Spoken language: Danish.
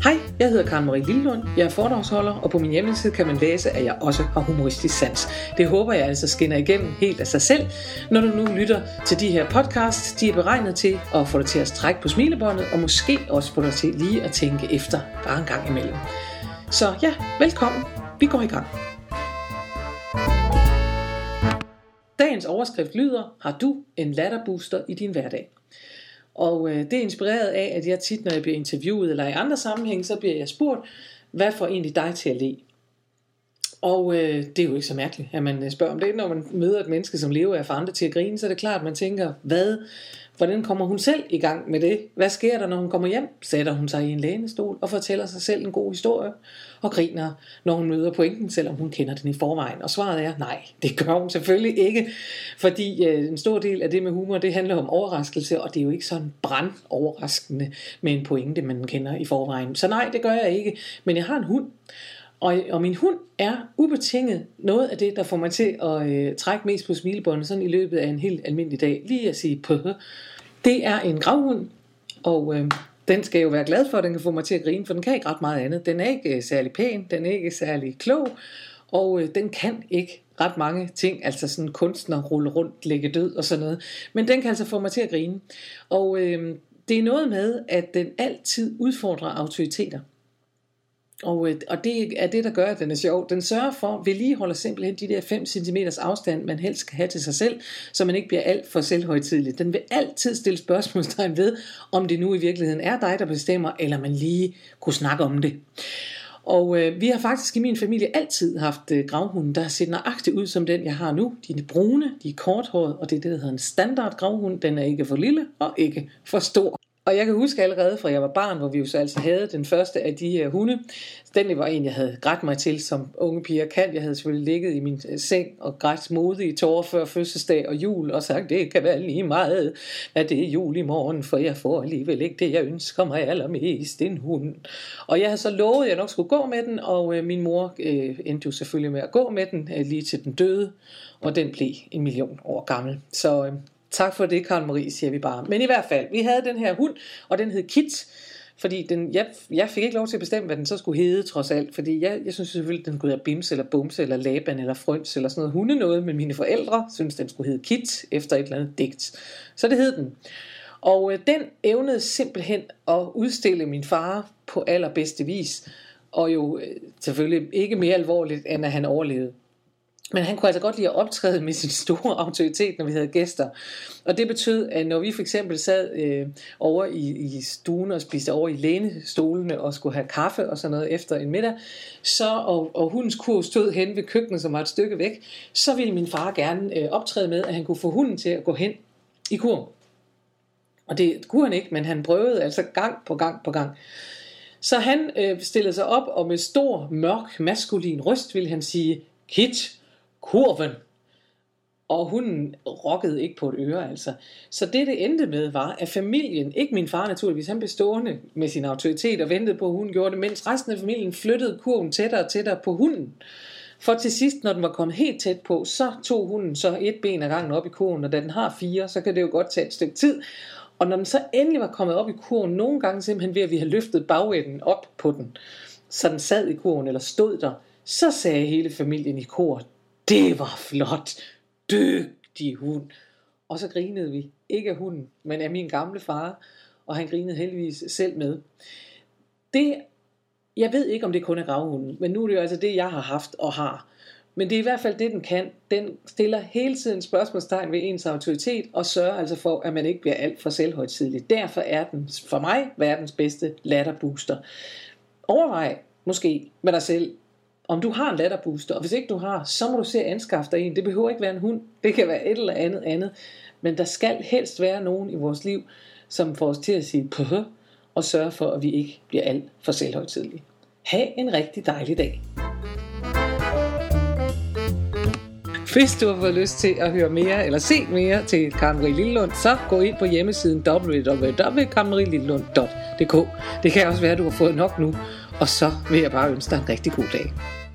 Hej, jeg hedder Karen Marie Lillelund, jeg er foredragsholder, og på min hjemmeside kan man læse, at jeg også har humoristisk sans. Det håber jeg altså skinner igennem helt af sig selv, når du nu lytter til de her podcasts. De er beregnet til at få dig til at strække på smilebåndet, og måske også få dig til lige at tænke efter bare en gang imellem. Så ja, velkommen. Vi går i gang. Dagens overskrift lyder: har du en latterbooster i din hverdag? Og det er inspireret af, at jeg tit, når jeg bliver interviewet eller i andre sammenhænge, så bliver jeg spurgt, hvad får egentlig dig til at le? Og det er jo ikke så mærkeligt, at man spørger om det. Når man møder et menneske, som lever af at få andre til at grine, så er det klart, at man tænker, hvordan kommer hun selv i gang med det? Hvad sker der, når hun kommer hjem? Sætter hun sig i en lænestol og fortæller sig selv en god historie og griner, når hun møder pointen, selvom hun kender den i forvejen? Og svaret er, nej, det gør hun selvfølgelig ikke, fordi en stor del af det med humor, det handler om overraskelse, og det er jo ikke sådan brandoverraskende med en pointe, man kender i forvejen. Så nej, det gør jeg ikke, men jeg har en hund. Og min hund er ubetinget noget af det, der får mig til at trække mest på smilebåndet sådan i løbet af en helt almindelig dag. Lige at sige pøh. Det er en gravhund, og den skal jo være glad for, at den kan få mig til at grine, for den kan ikke ret meget andet. Den er ikke særlig pæn, den er ikke særlig klog, og den kan ikke ret mange ting, altså sådan kunstner, rulle rundt, lægge død og sådan noget. Men den kan altså få mig til at grine. Og det er noget med, at den altid udfordrer autoriteter. Og det er det, der gør, at den er sjov. Den sørger for, vedligeholder simpelthen de der 5 cm afstand, man helst skal have til sig selv, så man ikke bliver alt for selvhøjtidelig. Den vil altid stille spørgsmålstegn ved, om det nu i virkeligheden er dig, der bestemmer, eller man lige kunne snakke om det. Og vi har faktisk i min familie altid haft gravhunden, der har set nøjagtigt ud som den, jeg har nu. De er brune, de er korthårede, og det er det, der hedder en standard gravhund. Den er ikke for lille og ikke for stor. Og jeg kan huske allerede fra jeg var barn, hvor vi jo så altså havde den første af de her hunde. Den var en, jeg havde grædt mig til, som unge piger kan. Jeg havde selvfølgelig ligget i min seng og grædt modig i tårer før fødselsdag og jul, og sagt, det kan være lige meget, at det er jul i morgen, for jeg får alligevel ikke det, jeg ønsker mig allermest, en hund. Og jeg havde så lovet, at jeg nok skulle gå med den, og min mor endte jo selvfølgelig med at gå med den lige til den døde, og den blev 1 million år gammel. Så tak for det, Karen Marie, siger vi bare. Men i hvert fald, vi havde den her hund, og den hed Kit, fordi jeg fik ikke lov til at bestemme, hvad den så skulle hedde, trods alt. Fordi jeg synes selvfølgelig, den kunne hedde Bims, eller Bums, eller Laban, eller Frøns, eller sådan noget hundenåde, men mine forældre synes den skulle hedde Kit, efter et eller andet digt. Så det hed den. Og den evnede simpelthen at udstille min far på allerbedste vis, og jo selvfølgelig ikke mere alvorligt, end at han overlevede. Men han kunne altså godt lide at optræde med sin store autoritet, når vi havde gæster. Og det betød, at når vi for eksempel sad over i stuen og spiste over i lænestolene og skulle have kaffe og sådan noget efter en middag, og hundens kurv stod hen ved køkkenet, som var et stykke væk, så ville min far gerne optræde med, at han kunne få hunden til at gå hen i kurven. Og det kunne han ikke, men han prøvede altså gang på gang. Så han stillede sig op, og med stor, mørk, maskulin røst ville han sige, Kit, kurven. Og hunden rokkede ikke på et øre, altså. Så det endte med var, at familien, ikke min far naturligvis, han blev stående med sin autoritet og ventede på, at hunden gjorde det, mens resten af familien flyttede kurven tættere og tættere på hunden. For til sidst, når den var kommet helt tæt på, så tog hunden så et ben ad gangen op i kurven, og da den har 4, så kan det jo godt tage et stykke tid. Og når den så endelig var kommet op i kurven, nogle gange simpelthen ved, at vi havde løftet bagenden op på den, så den sad i kurven eller stod der, så sagde hele familien i kor, det var flot, dygtig hund. Og så grinede vi, ikke af hunden, men af min gamle far, og han grinede heldigvis selv med. Jeg ved ikke, om det kun er gravhunden, men nu er det jo altså det, jeg har haft og har. Men det er i hvert fald det, den kan. Den stiller hele tiden spørgsmålstegn ved ens autoritet, og sørger altså for, at man ikke bliver alt for selvhøjtidelig. Derfor er den for mig verdens bedste latterbooster. Overvej måske med dig selv, om du har en latterbooster, og hvis ikke du har, så må du se at anskaffe dig en. Det behøver ikke være en hund, det kan være et eller andet, men der skal helst være nogen i vores liv, som får os til at sige pøh, og sørge for, at vi ikke bliver alt for selvhøjtidlige. Ha' en rigtig dejlig dag. Hvis du har fået lyst til at høre mere eller se mere til Karen Marie Lillelund, så gå ind på hjemmesiden www.karenmarielillelund.dk. Det kan også være, at du har fået nok nu, og så vil jeg bare ønske dig en rigtig god dag.